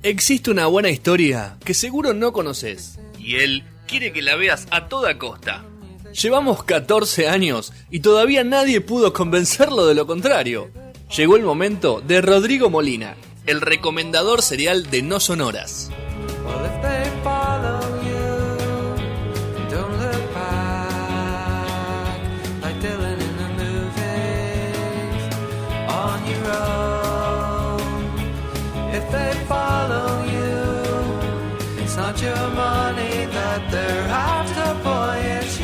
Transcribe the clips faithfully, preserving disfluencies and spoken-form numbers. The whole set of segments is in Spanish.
Existe una buena historia que seguro no conoces y él quiere que la veas a toda costa. Llevamos catorce años y todavía nadie pudo convencerlo de lo contrario. Llegó el momento de Rodrigo Molina, el recomendador serial de No Sonoras. Not your money that they're after, boy, it's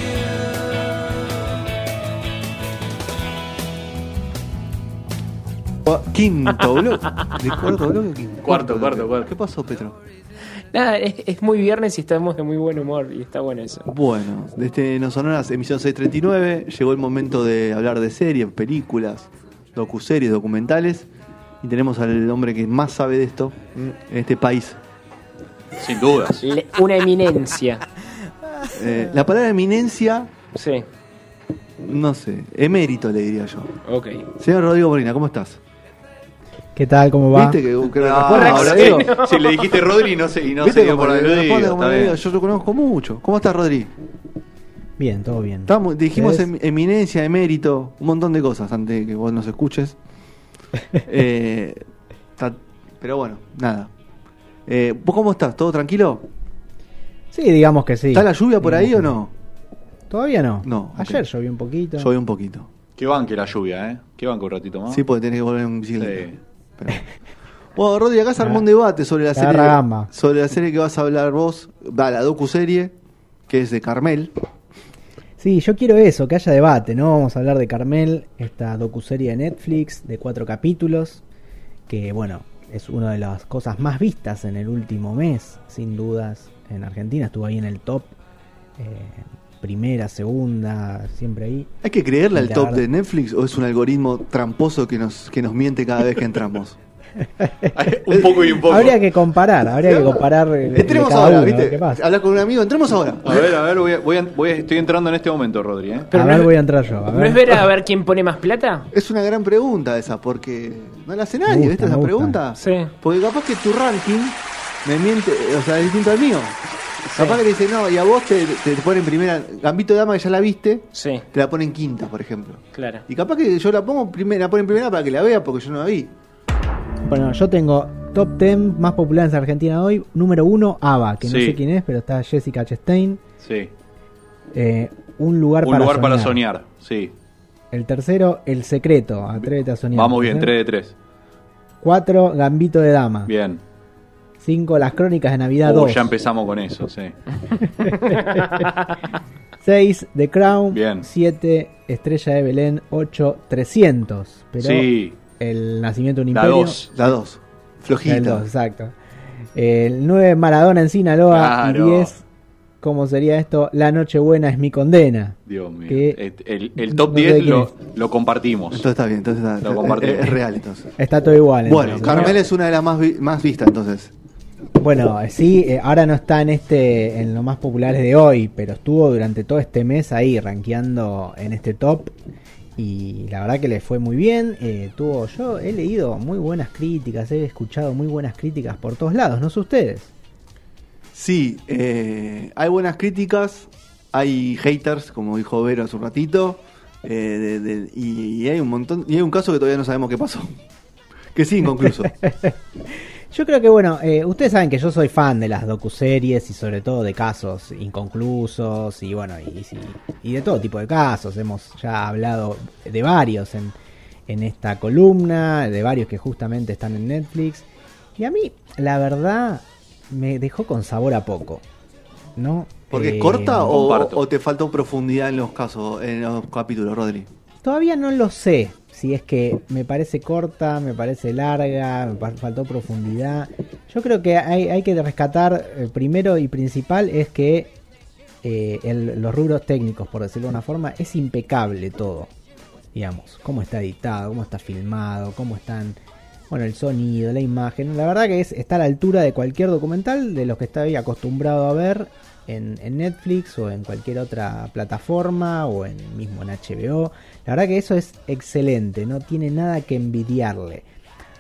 you. Quinto bloque. ¿De cuarto bloque? Quinto. Cuarto, cuarto, cuarto. ¿Qué pasó, Petro? Nada, es, es muy viernes y estamos de muy buen humor y está bueno eso. Bueno, desde No Sonoras, emisión seiscientos treinta y nueve, llegó el momento de hablar de series, películas, docuseries, documentales. Y tenemos al hombre que más sabe de esto en este país. Sin dudas. Le, una eminencia. Eh, la palabra eminencia, Sí. no sé, emérito le diría yo. Ok. Señor Rodrigo Molina, ¿cómo estás? ¿Qué tal? ¿Cómo va? ¿Viste que, que No, responde ahora como digo, Diego? si le dijiste Rodri no sé, y no ¿Viste sé como por le el responde digo, como está le digo? bien. Yo lo conozco mucho. ¿Cómo estás, Rodri? Bien, todo bien. Estamos, dijimos ¿Ustedes? em- eminencia, emérito, un montón de cosas antes de que vos nos escuches. eh, ta- pero bueno, nada. Eh, ¿Vos cómo estás? ¿Todo tranquilo? Sí, digamos que sí. ¿Está la lluvia por ahí Digamos o no? que- Todavía no. No, ok. Ayer llovió un poquito. Llovió un poquito. Que banque la lluvia, ¿eh? Que banque un ratito más. Sí, porque tenés que volver en bicicleta. Sí. Pero- Bueno, Rodri, acá se armó un debate sobre la Te serie. agarra gamba. Sobre la serie que vas a hablar vos, va, la docuserie, que es de Carmel. Sí, yo quiero eso, que haya debate, ¿no? Vamos a hablar de Carmel, esta docuserie de Netflix de cuatro capítulos, que bueno, es una de las cosas más vistas en el último mes, sin dudas, en Argentina. Estuvo ahí en el top, eh, primera, segunda, siempre ahí. ¿Hay que creerle al La top verdad- de Netflix o es un algoritmo tramposo que nos, que nos miente cada vez que entramos? Un poco y un poco. Habría que comparar, habría que comparar eh, de Entremos cada ahora, uno, ¿viste? ¿qué pasa? Hablar con un amigo, entremos ahora. A ver, a ver, voy a, voy a- voy a- estoy entrando en este momento, Rodri, ¿eh? Pero a no ver, es- voy a entrar yo. A ver. ¿No es ver a ver quién pone más plata? Es una gran pregunta esa, porque no la hace Me nadie, gusta, ¿viste me esa gusta. pregunta? Sí. Porque capaz que tu ranking me miente, o sea, es distinto al mío. Capaz que te dice, no, y a vos te, te ponen primera, Gambito de Dama que ya la viste, Sí, te la ponen quinta, por ejemplo. claro. Y capaz que yo la pongo primera, la ponen primera para que la vea porque yo no la vi. Bueno, yo tengo top diez más populares en Argentina hoy. Número uno, ABBA, que no Sí. sé quién es, pero está Jessica Chastain. Sí. Eh, un lugar, Un para, lugar soñar. para soñar, sí. El tercero, El Secreto, Atrévete a soñar. Vamos bien, ¿Eh? tres de tres. Cuatro, Gambito de Dama. Bien. Cinco, Las Crónicas de Navidad Uh, dos. ya empezamos con eso, sí. Seis, The Crown. Bien. Siete, Estrella de Belén. Ocho, trescientos. Pero Sí. El Nacimiento de un La Imperio. dos. La dos. Flojita. El dos, exacto. El nueve, Maradona en Sinaloa. Claro. Y diez, ¿cómo sería esto? La Nochebuena es mi condena. Dios mío. Que- El, el- el top no sé diez quién lo, es. lo compartimos. Entonces está bien, entonces está, Lo compartimos. es, es real entonces. Está todo igual. Bueno, entonces, ¿no? Carmel es una de las más, vi- más vistas entonces. Bueno, sí, eh, ahora no está en este en lo más populares de hoy, pero estuvo durante todo este mes ahí rankeando en este top y la verdad que le fue muy bien. Eh, tuvo, yo he leído muy buenas críticas, he escuchado muy buenas críticas por todos lados, no sé ustedes. Sí, eh, hay buenas críticas, hay haters, como dijo Vero hace un ratito, eh, de- de- y, y hay un montón, y hay un caso que todavía no sabemos qué pasó, que sí, inconcluso. Yo creo que bueno, eh, ustedes saben que yo soy fan de las docuseries y sobre todo de casos inconclusos y bueno, y, y- y de todo tipo de casos. Hemos ya hablado de varios en, en esta columna, de varios que justamente están en Netflix. Y a mí, la verdad, me dejó con sabor a poco, ¿no? ¿Porque Eh, es corta o, comparto. o te faltó profundidad en los casos, en los capítulos, Rodri? Todavía no lo sé. Si es que me parece corta, me parece larga, me pa- faltó profundidad. Yo creo que hay, hay que rescatar, eh, primero y principal, es que eh, el- los rubros técnicos, por decirlo de una forma, es impecable todo. Digamos, cómo está editado, cómo está filmado, cómo están, bueno, el sonido, la imagen. La verdad que es, está a la altura de cualquier documental de los que estoy acostumbrado a ver en, en Netflix o en cualquier otra plataforma o en mismo en H B O. La verdad que eso es excelente, no tiene nada que envidiarle.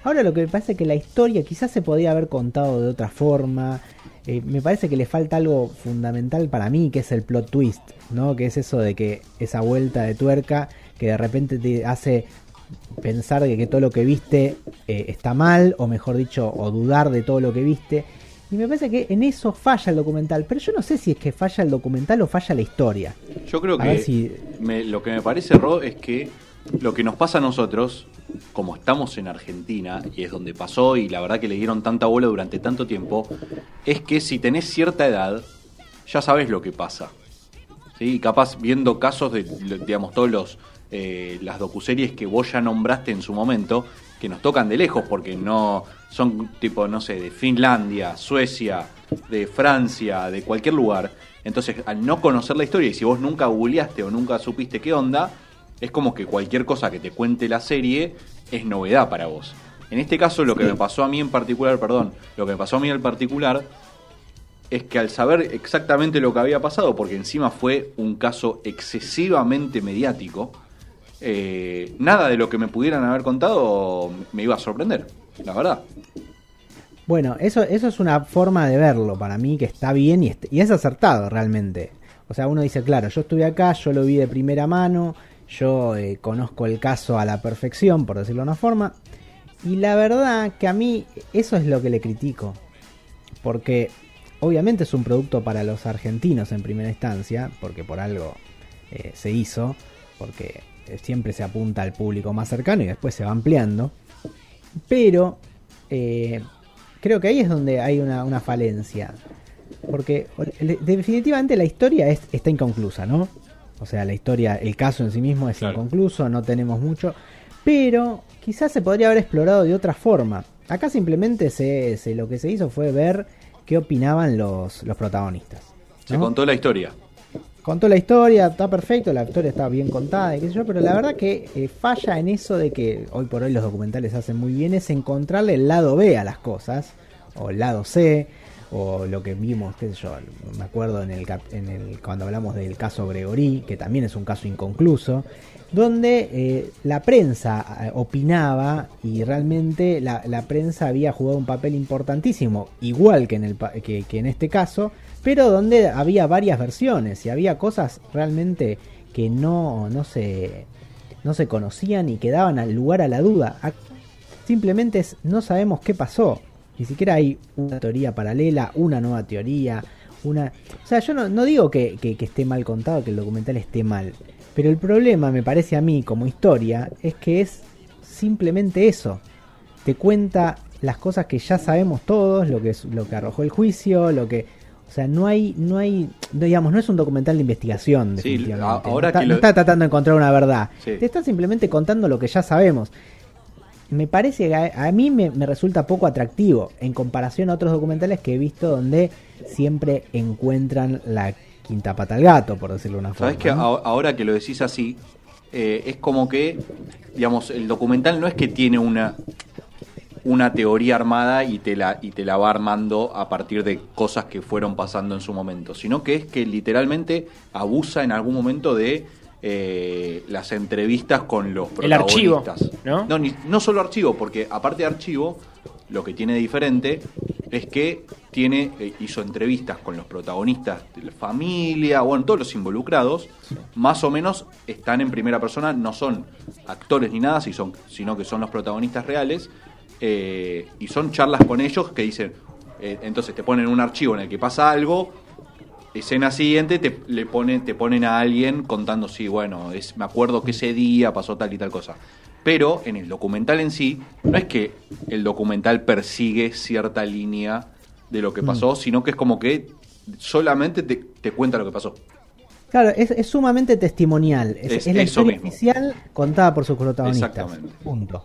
Ahora lo que me parece es que la historia quizás se podía haber contado de otra forma. Eh, me parece que le falta algo fundamental para mí, que es el plot twist, ¿no? Que es eso de que esa vuelta de tuerca que de repente te hace pensar de que todo lo que viste eh, está mal, o mejor dicho, o dudar de todo lo que viste. Y me parece que en eso falla el documental, pero yo no sé si es que falla el documental o falla la historia. Yo creo A que ver si- me- lo que me parece, Ro, es que lo que nos pasa a nosotros, como estamos en Argentina, y es donde pasó, y la verdad que le dieron tanta bola durante tanto tiempo, es que si tenés cierta edad, ya sabes lo que pasa. ¿Sí? Capaz viendo casos de, digamos, todos los eh, las docuseries que vos ya nombraste en su momento, que nos tocan de lejos, porque no son tipo, no sé, de Finlandia, Suecia, de Francia, de cualquier lugar. Entonces, al no conocer la historia, y si vos nunca googleaste o nunca supiste qué onda, es como que cualquier cosa que te cuente la serie es novedad para vos. En este caso, lo que me pasó a mí en particular, perdón, lo que me pasó a mí en particular es que al saber exactamente lo que había pasado, porque encima fue un caso excesivamente mediático, eh, nada de lo que me pudieran haber contado me iba a sorprender, la verdad. Bueno, eso, eso es una forma de verlo para mí que está bien y, est- y es acertado realmente. O sea, uno dice, claro, yo estuve acá, yo lo vi de primera mano, yo eh, conozco el caso a la perfección, por decirlo de una forma. Y la verdad que a mí eso es lo que le critico. Porque obviamente es un producto para los argentinos en primera instancia, porque por algo eh, se hizo, porque eh, siempre se apunta al público más cercano y después se va ampliando. Pero eh, creo que ahí es donde hay una, una falencia. Porque le- definitivamente la historia es, está inconclusa, ¿no? O sea, la historia, el caso en sí mismo es Claro. inconcluso, no tenemos mucho. Pero quizás se podría haber explorado de otra forma. Acá simplemente se, se- lo que se hizo fue ver qué opinaban los, los protagonistas, Se ¿no? contó la historia. Contó la historia, está perfecto, la historia está bien contada, y qué sé yo, pero la verdad que eh, falla en eso de que hoy por hoy los documentales hacen muy bien, es encontrarle el lado B a las cosas, o el lado C, o lo que vimos, qué sé yo, me acuerdo en el, cap- en el cuando hablamos del caso Gregory, que también es un caso inconcluso, donde eh, la prensa eh, opinaba y realmente la, la prensa había jugado un papel importantísimo, igual que en, el, pa- que, que en este caso, pero donde había varias versiones y había cosas realmente que no, no, se, no se conocían y que daban al lugar a la duda. Ac- Simplemente es, no sabemos qué pasó, ni siquiera hay una teoría paralela, una nueva teoría, una... O sea, yo no, no digo que, que, que esté mal contado, que el documental esté mal, pero el problema, me parece a mí, como historia, es que es simplemente eso. Te cuenta las cosas que ya sabemos todos, lo que es, lo que arrojó el juicio, lo que... O sea, no hay, no hay, no, digamos, no es un documental de investigación, Sí, definitivamente. a- ahora no, está, que no lo- está tratando de encontrar una verdad. Sí. Te está simplemente contando lo que ya sabemos. Me parece que a, a mí me, me resulta poco atractivo en comparación a otros documentales que he visto donde siempre encuentran la quinta pata al gato, por decirlo de una forma. Sabes que ¿no? a- ahora que lo decís así, eh, es como que, digamos, el documental no es que tiene una una teoría armada y te la y te la va armando a partir de cosas que fueron pasando en su momento, sino que es que literalmente abusa en algún momento de eh, las entrevistas con los El archivo, protagonistas. ¿no? No, ni- no solo archivo, porque aparte de archivo, lo que tiene diferente es que tiene eh, hizo entrevistas con los protagonistas de la familia, bueno, todos los involucrados, más o menos están en primera persona, no son actores ni nada, si son, sino que son los protagonistas reales, eh, y son charlas con ellos que dicen, eh, entonces te ponen un archivo en el que pasa algo, escena siguiente te le ponen te ponen a alguien contando, sí, bueno, es, me acuerdo que ese día pasó tal y tal cosa. Pero en el documental en sí, no es que el documental persigue cierta línea de lo que pasó, sino que es como que solamente te, te cuenta lo que pasó. Claro, es, es sumamente testimonial. Es, Es es la eso historia mismo. oficial contada por sus protagonistas. Exactamente. Punto.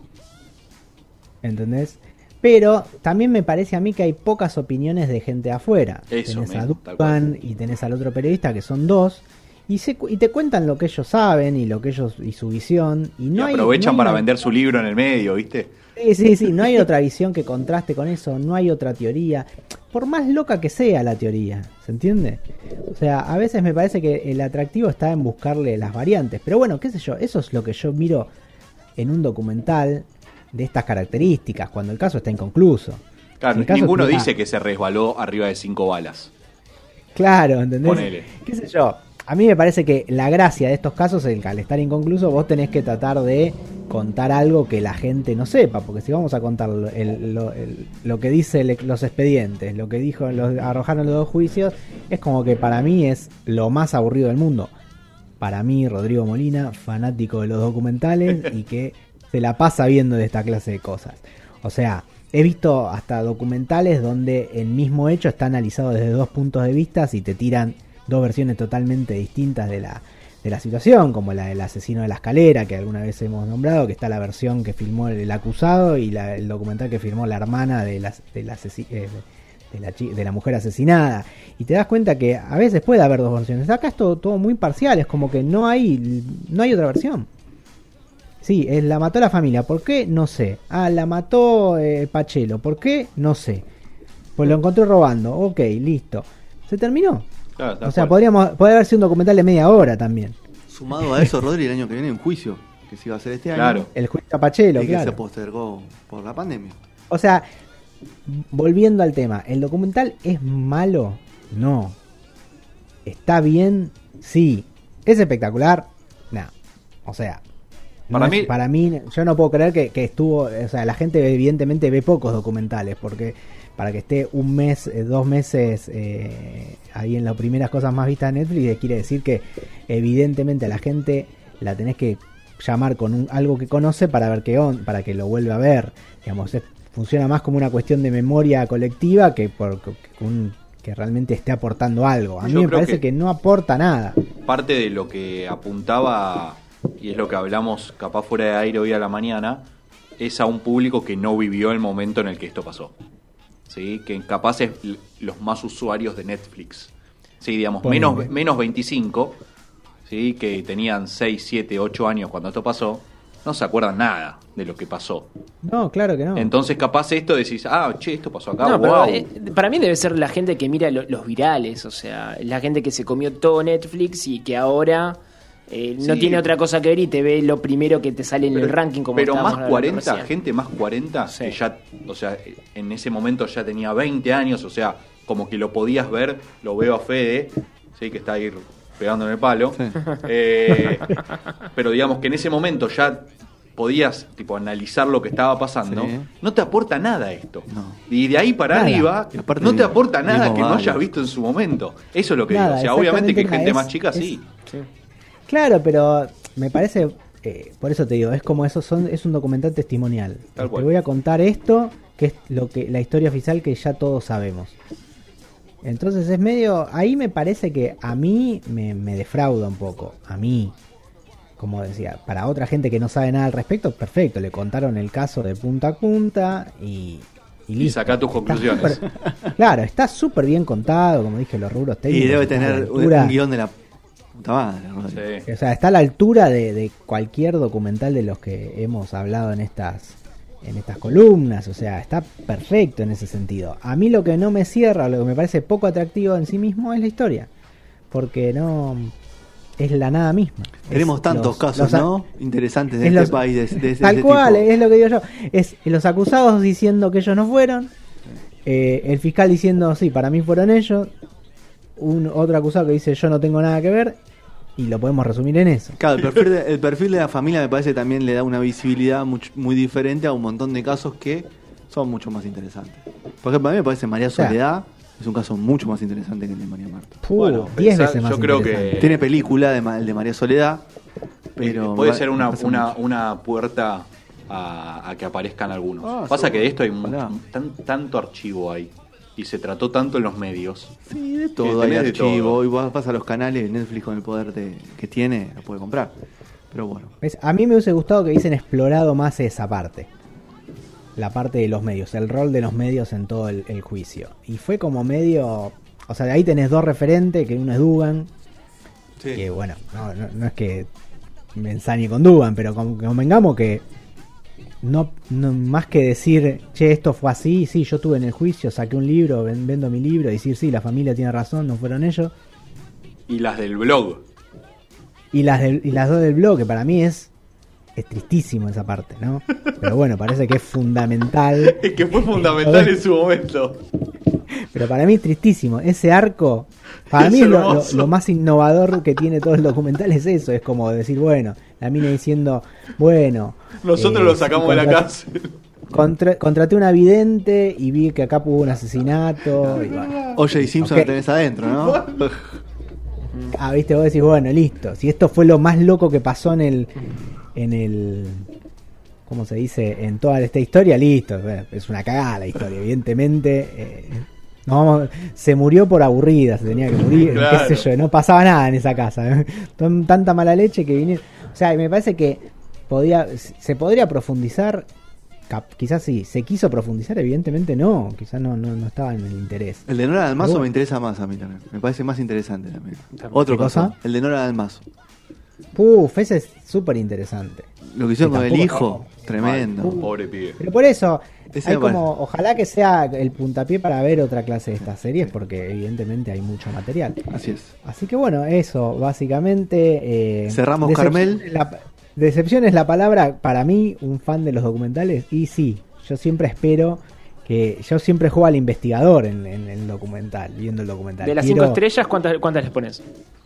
¿Entendés? Pero también me parece a mí que hay pocas opiniones de gente de afuera. Eso tenés a mismo, tal Dukan y tenés al otro periodista, que son dos, y, se, cu- y te cuentan lo que ellos saben y lo que ellos y su visión. Y no y hay, aprovechan no hay para una- vender su libro en el medio, ¿viste? Sí, sí, sí, no hay otra visión que contraste con eso, no hay otra teoría, por más loca que sea la teoría, ¿se entiende? O sea, a veces me parece que el atractivo está en buscarle las variantes, pero bueno, qué sé yo, eso es lo que yo miro en un documental, de estas características, cuando el caso está inconcluso. Claro, El caso ninguno está- dice que se resbaló arriba de cinco balas. Claro, ¿entendés? Ponele. ¿Qué sé yo? A mí me parece que la gracia de estos casos es que al estar inconcluso vos tenés que tratar de contar algo que la gente no sepa, porque si vamos a contar lo, el- lo- el- lo que dice el- los expedientes, lo que dijo, los, arrojaron los dos juicios, es como que para mí es lo más aburrido del mundo. Para mí, Rodrigo Molina, fanático de los documentales y que se la pasa viendo de esta clase de cosas. O sea, he visto hasta documentales donde el mismo hecho está analizado desde dos puntos de vista y te tiran dos versiones totalmente distintas de la, de la situación, como la del asesino de la escalera, que alguna vez hemos nombrado, que está la versión que filmó el, el acusado y la- el documental que filmó la hermana de la, de la, asesi- eh, de la, chi- de la mujer asesinada. Y te das cuenta que a veces puede haber dos versiones. Acá es todo, todo muy parcial, es como que no hay, no hay otra versión. Sí, es, la mató la familia. ¿Por qué? No sé. Ah, la mató eh, Pachelo. ¿Por qué? No sé. Pues lo encontró robando. Ok, listo. Se terminó. Claro, tal O sea, cual. podríamos, podría haber sido un documental de media hora también. Sumado a eso, Rodri, el año que viene hay un juicio que se iba a hacer este año. Claro. El juicio a Pachelo, y que claro. se postergó por la pandemia. O sea, volviendo al tema, ¿el documental es malo? No. ¿Está bien? Sí. ¿Es espectacular? No. O sea, no Para es- mí- para mí, yo no puedo creer que, que estuvo, o sea, la gente evidentemente ve pocos documentales, porque para que esté un mes, eh, dos meses eh, ahí en las primeras cosas más vistas de Netflix, quiere decir que evidentemente a la gente la tenés que llamar con un, algo que conoce para ver qué on, para que lo vuelva a ver. Digamos, es- funciona más como una cuestión de memoria colectiva que por que, un- que realmente esté aportando algo. A mí Yo me creo parece que- que no aporta nada. Parte de lo que apuntaba, y es lo que hablamos capaz fuera de aire hoy a la mañana, es a un público que no vivió el momento en el que esto pasó. ¿Sí? Que capaz es l- los más usuarios de Netflix. Sí, digamos, Ponele. menos, menos veinticinco, ¿sí? Que tenían seis, siete, ocho años cuando esto pasó, no se acuerdan nada de lo que pasó. No, claro que no. Entonces capaz esto decís, ah, che, esto pasó acá, No, wow. pero, eh, para mí debe ser la gente que mira lo- los virales, o sea, la gente que se comió todo Netflix y que ahora eh, no Sí. tiene otra cosa que ver y te ve lo primero que te sale en Pero, el ranking como pero estábamos más hablando cuarenta, recién. gente más cuarenta, Sí. que ya, o sea, en ese momento ya tenía veinte años, o sea, como que lo podías ver, lo veo a Fede, sí, que está ahí pegando en el palo, Sí. eh, pero digamos que en ese momento ya podías tipo analizar lo que estaba pasando, Sí. no te aporta nada esto. No. Y de ahí para Nada. arriba, Y aparte no te ni- aporta nada mismo que no varios. hayas visto en su momento. Eso es lo que Nada, digo. O sea, obviamente que exactamente gente nada. más Es- chica es- sí. Sí. Claro, pero me parece, eh, por eso te digo, es como eso, son, es un documental testimonial. Tal Te cual. voy a contar esto, que es lo que la historia oficial que ya todos sabemos. Entonces es medio, ahí me parece que a mí me, me defrauda un poco, a mí. Como decía, para otra gente que no sabe nada al respecto, perfecto, le contaron el caso de punta a punta y, y Y listo. sacá tus Está conclusiones. súper- claro, está súper bien contado, como dije, los rubros técnicos. Y debe están a la tener un, altura. un guión de la puta madre, Rodri. Sí. O sea, está a la altura de, de cualquier documental de los que hemos hablado en estas en estas columnas. O sea, está perfecto en ese sentido. A mí lo que no me cierra, lo que me parece poco atractivo en sí mismo es la historia. Porque no... es la nada misma. Tenemos Es tantos los- casos, los a- ¿no? Interesantes de es este los- país. De, de- de Tal ese cual, tipo. es lo que digo yo. Es los acusados diciendo que ellos no fueron. eh, el fiscal diciendo, sí, para mí fueron ellos. Un otro acusado que dice, yo no tengo nada que ver. Y lo podemos resumir en eso. Claro, el perfil, de, el perfil de la familia me parece que también le da una visibilidad much- muy diferente a un montón de casos que son mucho más interesantes. Por ejemplo, a mí me parece María sea, Soledad es un caso mucho más interesante que el de María Marta. Puh, Bueno, diez pensá- veces más yo creo que- interesante. Tiene película de, Ma- el de María Soledad, pero... puede me- ser me una, parece una, mucho. una puerta a, a que aparezcan algunos. Ah, Pasa seguro. que de esto hay mu- Ojalá. tan- tanto archivo ahí y se trató tanto en los medios. Sí, de todo, que hay tenés de archivo, todo. y vos vas a los canales, Netflix con el poder de- que tiene, lo puede comprar. Pero bueno. ¿Ves? A mí me hubiese gustado que hubiesen explorado más esa parte. La parte de los medios, el rol de los medios en todo el, el juicio. Y fue como medio... O sea, de ahí tenés dos referentes, que uno es Dugan, que bueno, no, no, no es que me ensañe con Dugan, pero con- convengamos que no, no más que decir, che, esto fue así, sí, yo estuve en el juicio, saqué un libro, ven- vendo mi libro, y decir, sí, la familia tiene razón, no fueron ellos. Y las del blog. Y las, del- y las dos del blog, que para mí es es tristísimo esa parte, ¿no? Pero bueno, parece que es fundamental. Es que fue fundamental en su momento. Pero para mí es tristísimo. Ese arco, para Es mí es lo, lo, hermoso. lo más innovador que tiene todo el documental es eso. Es como decir, bueno, la mina diciendo, bueno... Nosotros eh, lo sacamos de la contra- cárcel. contra- contraté una vidente y vi que acá hubo un asesinato. Y bueno. O J. Simpson Ok. lo tenés adentro, ¿no? Ah, viste, vos decís, bueno, listo. Si esto fue lo más loco que pasó en el... En el ¿cómo se dice? En toda esta historia, listo. Bueno, es una cagada la historia, evidentemente. Eh, no vamos- se murió por aburrida, se tenía que morir, Claro. qué sé yo, no pasaba nada en esa casa. Tan- Tanta mala leche que vinieron. O sea, me parece que podía, se podría profundizar, cap- quizás sí, se quiso profundizar, evidentemente no, quizás no, no, no estaba en el interés. El de Nora Dalmazo Pero bueno. me interesa más a mí también. Me parece más interesante también. También. Otro ¿Qué caso. cosa? El de Nora Dalmazo. Puf, ese es súper interesante. Lo que hicieron Que con el tampoco- hijo, tremendo. Ay, pobre pibe. Pero por eso, Ese hay me parece. como, ojalá que sea el puntapié para ver otra clase de estas series, porque evidentemente hay mucho material. Así es. Así que bueno, eso, básicamente. eh, Cerramos, decepción Carmel. es la- decepción es la palabra para mí, un fan de los documentales. Y sí, yo siempre espero que. Yo siempre juego al investigador en, en el documental, viendo el documental. De las Quiero- cinco estrellas, ¿cuántas, ¿cuántas les pones?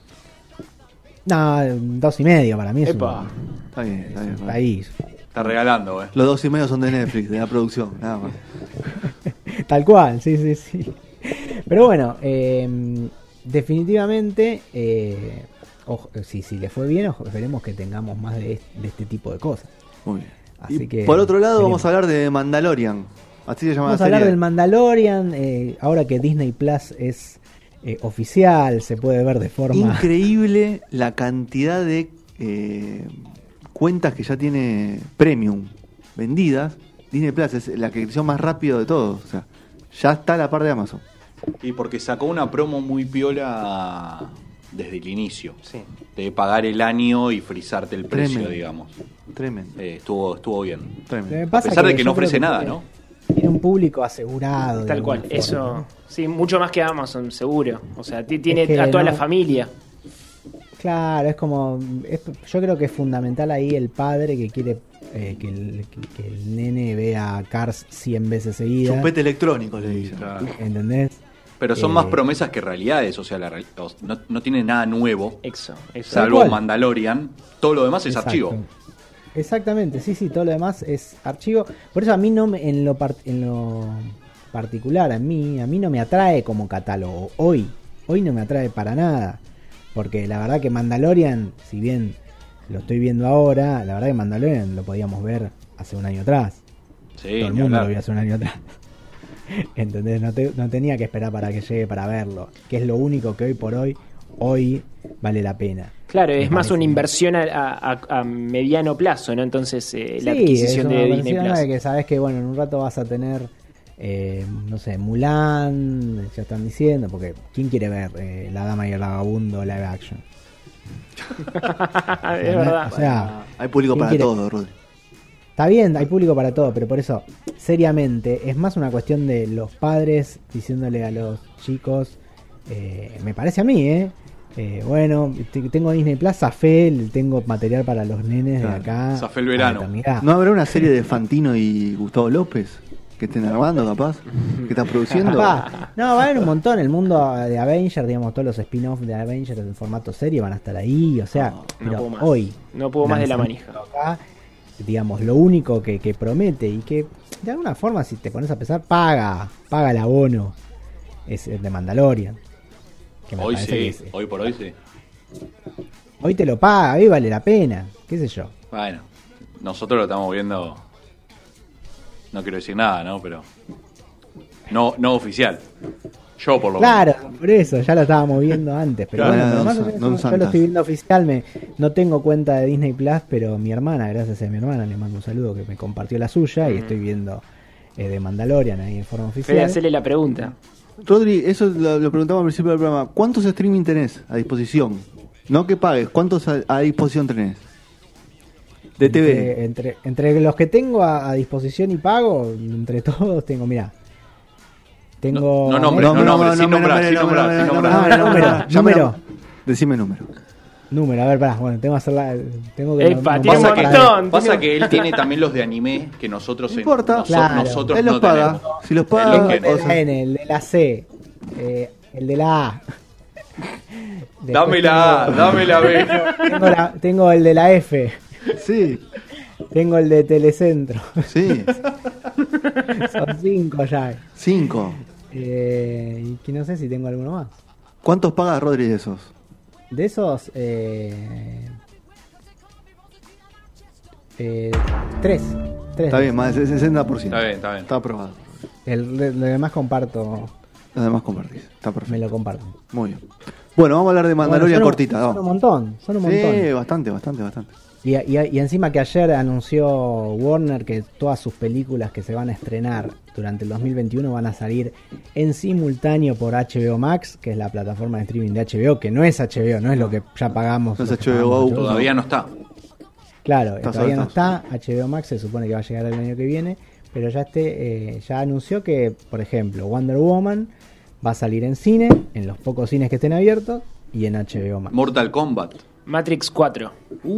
No, dos y medio para mí es Epa. un Está bien, está bien. país. Está regalando, eh. Los dos y medio son de Netflix, de la producción, nada más. Tal cual, sí, sí, sí. Pero bueno, eh, definitivamente, eh, ojo, si, si le fue bien, ojo, esperemos que tengamos más de, est- de este tipo de cosas. Muy bien. Así Y que, por otro lado, veremos. vamos a hablar de Mandalorian. Así se llama Vamos la a hablar serie. del Mandalorian, eh, ahora que Disney Plus es eh, oficial, se puede ver de forma... Increíble la cantidad de eh, cuentas que ya tiene Premium vendidas. Disney Plus es la adquisición más rápido de todos. O sea, ya está a la par de Amazon. Y porque sacó una promo muy piola desde el inicio. Sí. De pagar el año y frizarte el precio, Tremendo. digamos. Tremendo. Eh, estuvo, estuvo bien. Tremendo. Me A pasa pesar de que yo no creo ofrece nada, tiene- ¿no? Tiene un público asegurado. de Tal alguna cual, forma, eso, ¿no? sí, mucho más que Amazon, seguro. O sea, ti- tiene Es que a toda no- la familia. Claro, es como. es- yo creo que es fundamental ahí el padre que quiere eh, que, el, que- que el nene vea Cars cien veces seguidas. Chupete electrónico, le dicen. Claro. ¿Entendés? Pero son Eh, más promesas que realidades, o sea, la real- o- no, no tiene nada nuevo, Eso, eso. Tal salvo cual. Mandalorian. Todo lo demás es Exacto. archivo. Exactamente, sí, sí, todo lo demás es archivo. Por eso a mí no me, en lo par- en lo particular, a mí, a mí no me atrae como catálogo. Hoy, hoy no me atrae para nada. Porque la verdad que Mandalorian, si bien lo estoy viendo ahora, la verdad que Mandalorian lo podíamos ver hace un año atrás. Sí, Todo el ni mundo hablar. lo vio hace un año atrás. ¿Entendés? No, te- no tenía que esperar para que llegue para verlo. Que es lo único que hoy por hoy, hoy vale la pena. Claro, Me es más parece. una inversión a, a- a mediano plazo, ¿no? Entonces, eh, la Sí, adquisición es de una Disney versión Plus. de que sabes que bueno, en un rato vas a tener eh, no sé, Mulan, ya están diciendo, porque ¿quién quiere ver eh, La Dama y el Vagabundo live action? es verdad. O sea, Hay público ¿quién para quiere? todo, Rodri. está bien, hay público para todo, pero por eso, seriamente, es más una cuestión de los padres diciéndole a los chicos, eh, me parece a mí, ¿eh? Eh, bueno, te- tengo Disney Plus, zafé, tengo material para los nenes Claro, de acá. zafé el a la verano. eternidad. ¿No habrá una serie de Fantino y Gustavo López que estén armando, capaz? ¿Que están produciendo? Capaz. No, va a haber un montón. El mundo de Avengers, digamos, todos los spin-offs de Avengers en formato serie van a estar ahí. O sea, No pero puedo más. hoy. No puedo más de la lanzamiento manija. acá, digamos, lo único que, que promete y que de alguna forma, si te pones a pensar, paga, paga el abono, es el de Mandalorian. Que me Hoy parece sí, que es- hoy por hoy sí. hoy te lo paga, hoy vale la pena, qué sé yo. Bueno, nosotros lo estamos viendo. No quiero decir nada, ¿no? Pero. No, no oficial. Yo por lo Claro, por eso, ya lo estábamos viendo antes. Pero Claro, bueno, no más son- o menos no yo lo santas. estoy viendo oficial. Me, no tengo cuenta de Disney Plus, pero mi hermana, gracias a mi hermana, le mando un saludo que me compartió la suya y estoy viendo eh, de Mandalorian ahí en forma Fede, oficial. hacerle la pregunta. Rodri, eso lo, lo preguntamos al principio del programa. ¿Cuántos streaming tenés a disposición? No que pagues, ¿cuántos a, a disposición tenés? De T V. Entre, entre, entre los que tengo a, a disposición y pago, entre todos tengo, mirá. Tengo. No, no nombres, No, no no, nombres, no, sin no, nombrar, no, sin no, nombrar, no, sin no, nombrar. Ah, no, número, no, no, número. Decime número. Número, a ver, pará, bueno, tengo que hacerla. Tengo que Epa, no- tiene un no- Pasa, que, montón. pasa tiene- que él tiene también los de anime que nosotros No en- importa. noso- Claro. nosotros Él no los paga. tenemos. Si los Es paga, lo que- El de o la sea, N, el de la C, eh, el de la A. Después Dame la A, tengo- dame la B. Tengo, la- tengo el de la F, sí, tengo el de Telecentro. sí. Son cinco ya. Cinco. Eh, y que no sé si tengo alguno más. ¿Cuántos paga Rodri de esos? De esos, eh, eh, tres. tres. Está bien, más del sesenta por ciento. Está bien, está bien. Está aprobado. El, lo demás comparto, Los demás compartís. Está me perfecto. lo comparto. Muy bien. Bueno, vamos a hablar de Mandalorian Bueno, son un- cortita. Son un Vamos. montón, son un montón. Sí, bastante, bastante, bastante. Y, y- y encima que ayer anunció Warner que todas sus películas que se van a estrenar durante el dos mil veintiuno van a salir en simultáneo por H B O Max, que es la plataforma de streaming de H B O, que no es H B O, no es lo que ya pagamos. No es lo que H B O, pagamos nosotros. Todavía no está. Claro, Está todavía no sobre está. H B O Max se supone que va a llegar el año que viene, pero ya este eh, ya anunció que, por ejemplo, Wonder Woman va a salir en cine, en los pocos cines que estén abiertos, y en H B O Max. Mortal Kombat. Matrix cuatro.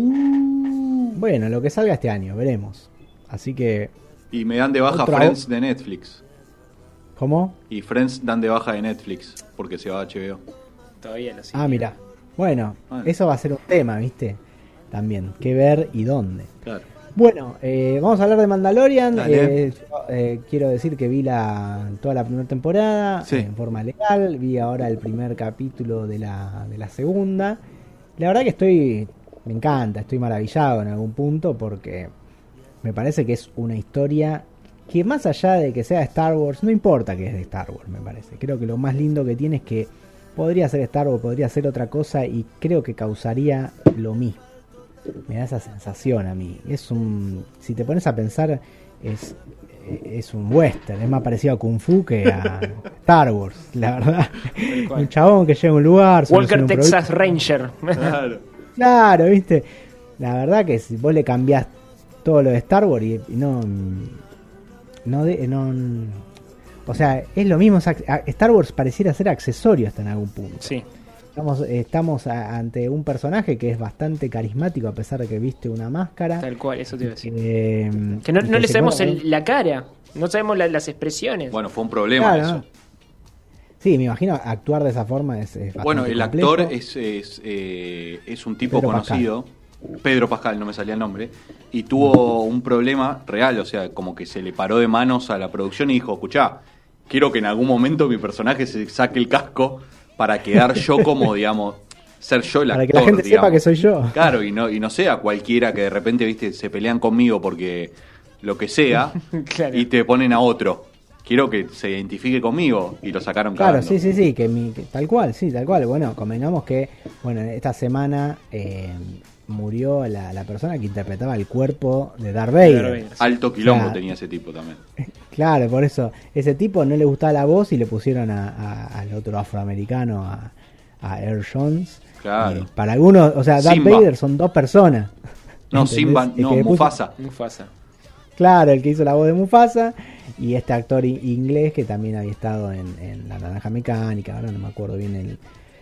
Bueno, lo que salga este año, veremos. Así que, Y me dan de baja Otra- Friends de Netflix. ¿cómo? Y Friends dan de baja de Netflix porque se va a H B O. Todavía no sé. Ah, mira. Bueno, Bueno. eso va a ser un tema, ¿viste? También, qué ver y dónde. Claro. Bueno, eh, vamos a hablar de Mandalorian. Dale. Eh, yo, eh, quiero decir que vi la, toda la primera temporada Sí. eh, en forma legal. Vi ahora el primer capítulo de la, de la segunda. La verdad que estoy, me encanta, estoy maravillado en algún punto porque me parece que es una historia que más allá de que sea de Star Wars, no importa que es de Star Wars, me parece. Creo que lo más lindo que tiene es que podría ser Star Wars, podría ser otra cosa y creo que causaría lo mismo. Me da esa sensación a mí. Es un, si te pones a pensar, es, es un western, es más parecido a Kung Fu que a Star Wars, la verdad. Un chabón que llega a un lugar, soluciona Walker un Texas problema. Ranger. Claro. Claro, viste. La verdad que si vos le cambiás todo lo de Star Wars y, y no, no, de, no, o sea, es lo mismo. Star Wars pareciera ser accesorio hasta en algún punto. Sí. Estamos, estamos a- ante un personaje que es bastante carismático a pesar de que viste una máscara. Tal cual, eso te iba a decir. Eh, Que no, y no le se sabemos pone- el- la cara. No sabemos la- las expresiones. Bueno, fue un problema Claro, eso. ¿no? Sí, me imagino actuar de esa forma es, es bastante Bueno, el complejo. actor es, es, eh, es un tipo Pedro conocido, Pedro Pascal, no me salía el nombre, y tuvo un problema real, o sea, como que se le paró de manos a la producción y dijo, escuchá, quiero que en algún momento mi personaje se saque el casco para quedar yo como, digamos, ser yo el actor. Para que la gente digamos. sepa que soy yo. Claro, y no, y no sea cualquiera que de repente, viste, se pelean conmigo porque lo que sea, Claro. y te ponen a otro. Quiero que se identifique conmigo, y lo sacaron Claro, cagando. sí, sí, sí, que, mi, que tal cual, sí, tal cual. Bueno, convengamos que, bueno, esta semana eh, murió la, la persona que interpretaba el cuerpo de Darth Vader. Darth Vader. Alto quilombo Claro. tenía ese tipo también. Claro, por eso, ese tipo no le gustaba la voz y le pusieron a, a- al otro afroamericano, a, a Earl Jones. Claro. Y para algunos, o sea, Darth Simba. Vader son dos personas. No, ¿Entendés? Simba, El no, que le puso- Mufasa. Mufasa. Claro, el que hizo la voz de Mufasa y este actor i- inglés que también había estado en, en La Naranja Mecánica, ahora no me acuerdo bien el,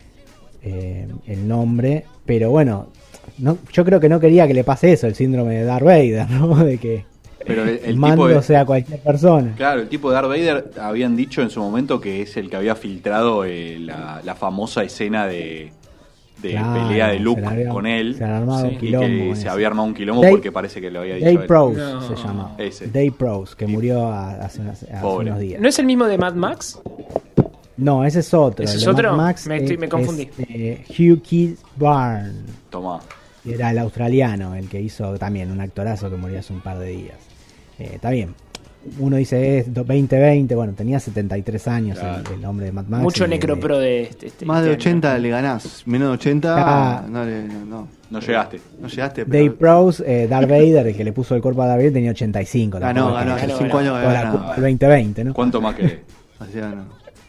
eh, el nombre, pero bueno, no, yo creo que no quería que le pase eso, el síndrome de Darth Vader, ¿no? De que Pero el, el el tipo mando de, sea cualquier persona. claro, el tipo de Darth Vader habían dicho en su momento que es el que había filtrado eh, la, la famosa escena de, de Claro, pelea de Luke se le había- con él. se le armaba un y quilombo que con se eso. había armado un quilombo Dave- porque parece que lo había dicho Dave él. Prowse No. se llama. Ese. Dave Prowse, que Y- murió a- hace, unas- hace Pobre. unos días. ¿No es el mismo de Mad Max? No, ese es otro. ¿Ese el es de Mad otro? Max Me estoy- es- me confundí. es, eh, Hugh Keith Barn. Tomá. Y era el australiano, el que hizo también un actorazo que murió hace un par de días. Eh, está bien. Uno dice es veinte veinte, bueno, tenía setenta y tres años el, Claro. el hombre de Mad Max. Mucho y de- necropro de este. este- Más de este ochenta año. le ganás. Menos de ochenta Ah. no, le, no, no. No llegaste. No llegaste, Dave pero... Prowse, eh, Darth Vader, el que le puso el cuerpo a Darth Vader, tenía ochenta y cinco. Ganó, tampoco ganó. es que- Hace ganó, cinco ganó. años que toda la ganó. culpa del veinte veinte, ¿no? ¿Cuánto más querés? Así ganó.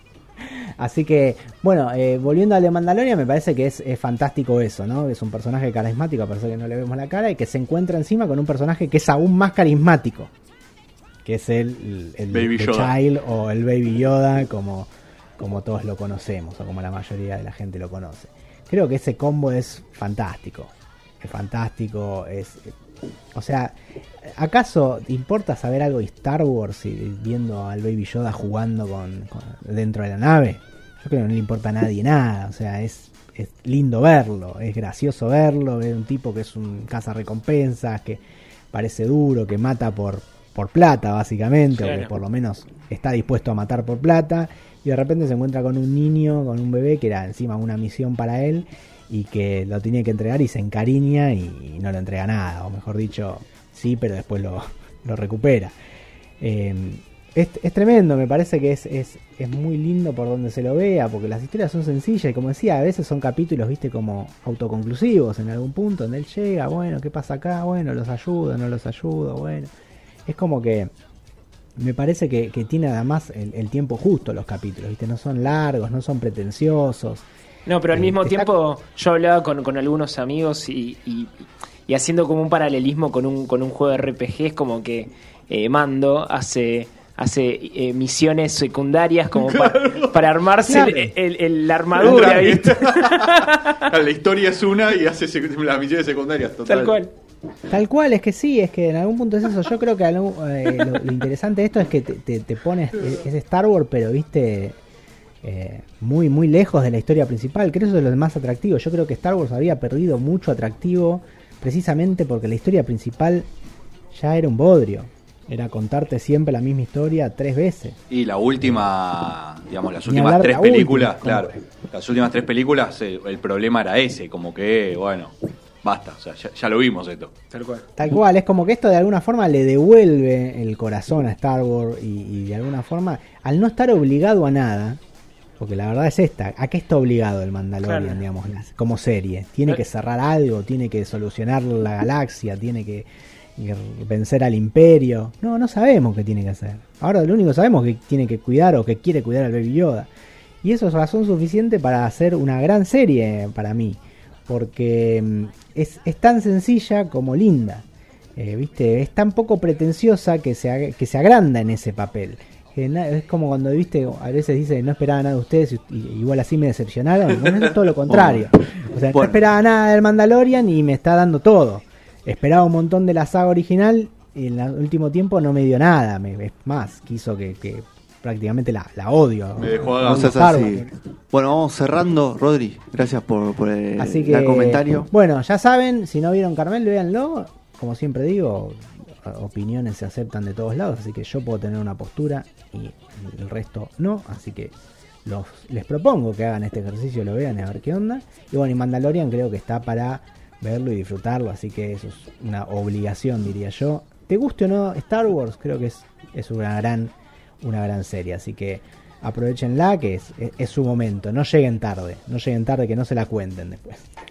Así que, bueno, eh, volviendo al de Mandalorian, me parece que es, es fantástico eso, ¿no? Es un personaje carismático, a pesar de que no le vemos la cara, y que se encuentra encima con un personaje que es aún más carismático, que es el, el, Baby The Yoda. Child o el Baby Yoda, como, como todos lo conocemos, o como la mayoría de la gente lo conoce. creo que ese combo es fantástico. Es fantástico, es... O sea, ¿acaso te importa saber algo de Star Wars y viendo al Baby Yoda jugando con, con dentro de la nave? Yo creo que no le importa a nadie nada. O sea, es, es lindo verlo, es gracioso verlo, ver un tipo que es un cazarrecompensas, que parece duro, que mata por, por plata básicamente, claro. O que por lo menos está dispuesto a matar por plata, y de repente se encuentra con un niño, con un bebé que era encima una misión para él, y que lo tiene que entregar y se encariña y, y no le entrega nada, o mejor dicho, sí, pero después lo, lo recupera. Eh, es, es tremendo, me parece que es, es, es muy lindo por donde se lo vea, porque las historias son sencillas y como decía, a veces son capítulos, viste, como autoconclusivos en algún punto, donde él llega, bueno, ¿qué pasa acá? Bueno, los ayudo, no los ayudo, bueno. Es como que me parece que, que tiene además el, el tiempo justo los capítulos, viste, no son largos, no son pretenciosos. No, pero al Eh, mismo está- tiempo yo hablaba con, con algunos amigos y, y, y haciendo como un paralelismo con un, con un juego de R P G, es como que eh, Mando hace hace eh, misiones secundarias como pa- para armarse Claro. el- el- el- la armadura, ¿viste? La historia es una y hace sec- las misiones secundarias, total. Tal cual. Tal cual, es que sí, es que en algún punto es eso. Yo creo que algún- eh, lo, lo interesante de esto es que te, te, te pones, es Star Wars, pero viste, eh, muy muy lejos de la historia principal. Creo que eso es lo más atractivo. Yo creo que Star Wars había perdido mucho atractivo precisamente porque la historia principal ya era un bodrio. Era contarte siempre la misma historia tres veces. Y la última, digamos, las Ni últimas hablar de tres la películas, última, claro, como- las últimas tres películas, el, el problema era ese, como que, bueno, basta, o sea, ya, ya lo vimos esto. Tal cual. Tal cual, es como que esto de alguna forma le devuelve el corazón a Star Wars y, y de alguna forma, al no estar obligado a nada, porque la verdad es esta, ¿a qué está obligado el Mandalorian, Claro. digamos, como serie? Tiene que cerrar algo, tiene que solucionar la galaxia, tiene que, que vencer al Imperio. No, no sabemos qué tiene que hacer. Ahora lo único que sabemos es que tiene que cuidar o que quiere cuidar al Baby Yoda. Y eso es razón suficiente para hacer una gran serie para mí. Porque mm, es, es tan sencilla como linda. Eh, ¿viste? Es tan poco pretenciosa que se, ag- que se agranda en ese papel. Que na- es como cuando, viste, a veces dice no esperaba nada de ustedes y, y igual así me decepcionaron. Bueno, es todo lo contrario. O sea, no Bueno. esperaba nada del Mandalorian y me está dando todo. Esperaba un montón de la saga original y en el último tiempo no me dio nada. Me, es más, quiso que, que prácticamente la, la odio. Me dejó a No seas Star así. Wars. Bueno, vamos cerrando, Rodri. Gracias por, por el, Así que, el comentario. bueno, ya saben, si no vieron Carmel, véanlo. Como siempre digo, opiniones se aceptan de todos lados, así que yo puedo tener una postura y el resto no, así que los, les propongo que hagan este ejercicio, lo vean y a ver qué onda. Y bueno, y Mandalorian creo que está para verlo y disfrutarlo, así que eso es una obligación, diría yo. Te guste o no Star Wars, creo que es, es una gran una gran serie, así que aprovechenla, que es, es, es su momento, no lleguen tarde, no lleguen tarde, que no se la cuenten después.